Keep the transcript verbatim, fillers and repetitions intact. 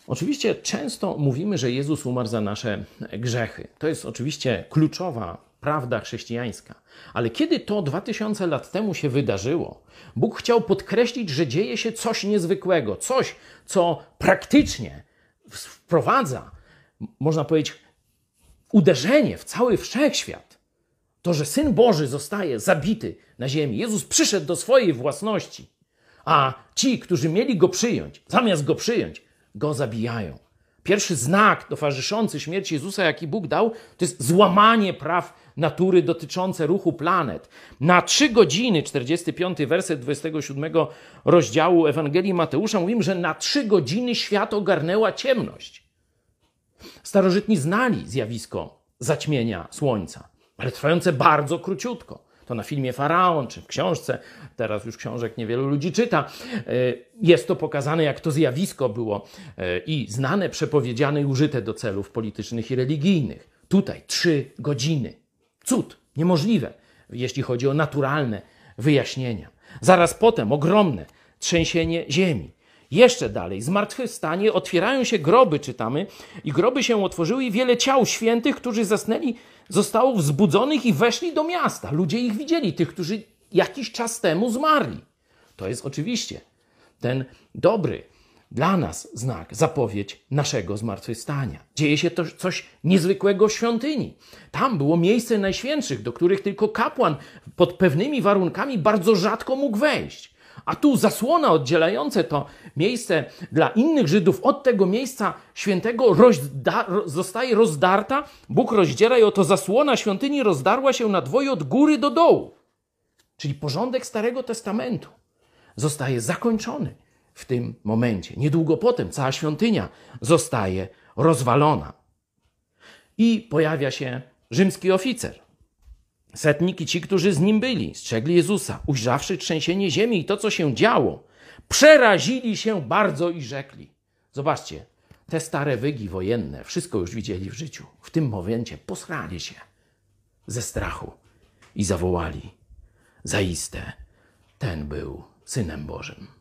Oczywiście często mówimy, że Jezus umarł za nasze grzechy. To jest oczywiście kluczowa prawda chrześcijańska. Ale kiedy to dwa tysiące lat temu się wydarzyło, Bóg chciał podkreślić, że dzieje się coś niezwykłego, coś, co praktycznie wprowadza, można powiedzieć, uderzenie w cały wszechświat. To, że Syn Boży zostaje zabity na ziemi. Jezus przyszedł do swojej własności, a ci, którzy mieli Go przyjąć, zamiast Go przyjąć, Go zabijają. Pierwszy znak towarzyszący śmierci Jezusa, jaki Bóg dał, to jest złamanie praw natury dotyczące ruchu planet. Na trzy godziny, czterdziesty piąty werset dwudziestego siódmego rozdziału Ewangelii Mateusza, mówimy, że na trzy godziny świat ogarnęła ciemność. Starożytni znali zjawisko zaćmienia słońca, ale trwające bardzo króciutko. To na filmie Faraon, czy w książce, teraz już książek niewielu ludzi czyta, jest to pokazane, jak to zjawisko było i znane, przepowiedziane i użyte do celów politycznych i religijnych. Tutaj trzy godziny. Cud, niemożliwe, jeśli chodzi o naturalne wyjaśnienia. Zaraz potem ogromne trzęsienie ziemi. Jeszcze dalej, zmartwychwstanie, otwierają się groby, czytamy, i groby się otworzyły i wiele ciał świętych, którzy zasnęli, zostało wzbudzonych i weszli do miasta. Ludzie ich widzieli, tych, którzy jakiś czas temu zmarli. To jest oczywiście ten dobry dla nas znak, zapowiedź naszego zmartwychwstania. Dzieje się to coś niezwykłego w świątyni. Tam było miejsce najświętszych, do których tylko kapłan pod pewnymi warunkami bardzo rzadko mógł wejść. A tu zasłona oddzielająca to miejsce dla innych Żydów od tego miejsca świętego rozda zostaje rozdarta. Bóg rozdziela i oto zasłona świątyni rozdarła się na dwoje od góry do dołu. Czyli porządek Starego Testamentu zostaje zakończony w tym momencie. Niedługo potem cała świątynia zostaje rozwalona. I pojawia się rzymski oficer. Setniki, ci, którzy z nim byli, strzegli Jezusa, ujrzawszy trzęsienie ziemi i to, co się działo, przerazili się bardzo i rzekli. Zobaczcie, te stare wygi wojenne wszystko już widzieli w życiu. W tym momencie posrali się ze strachu i zawołali: zaiste, ten był Synem Bożym.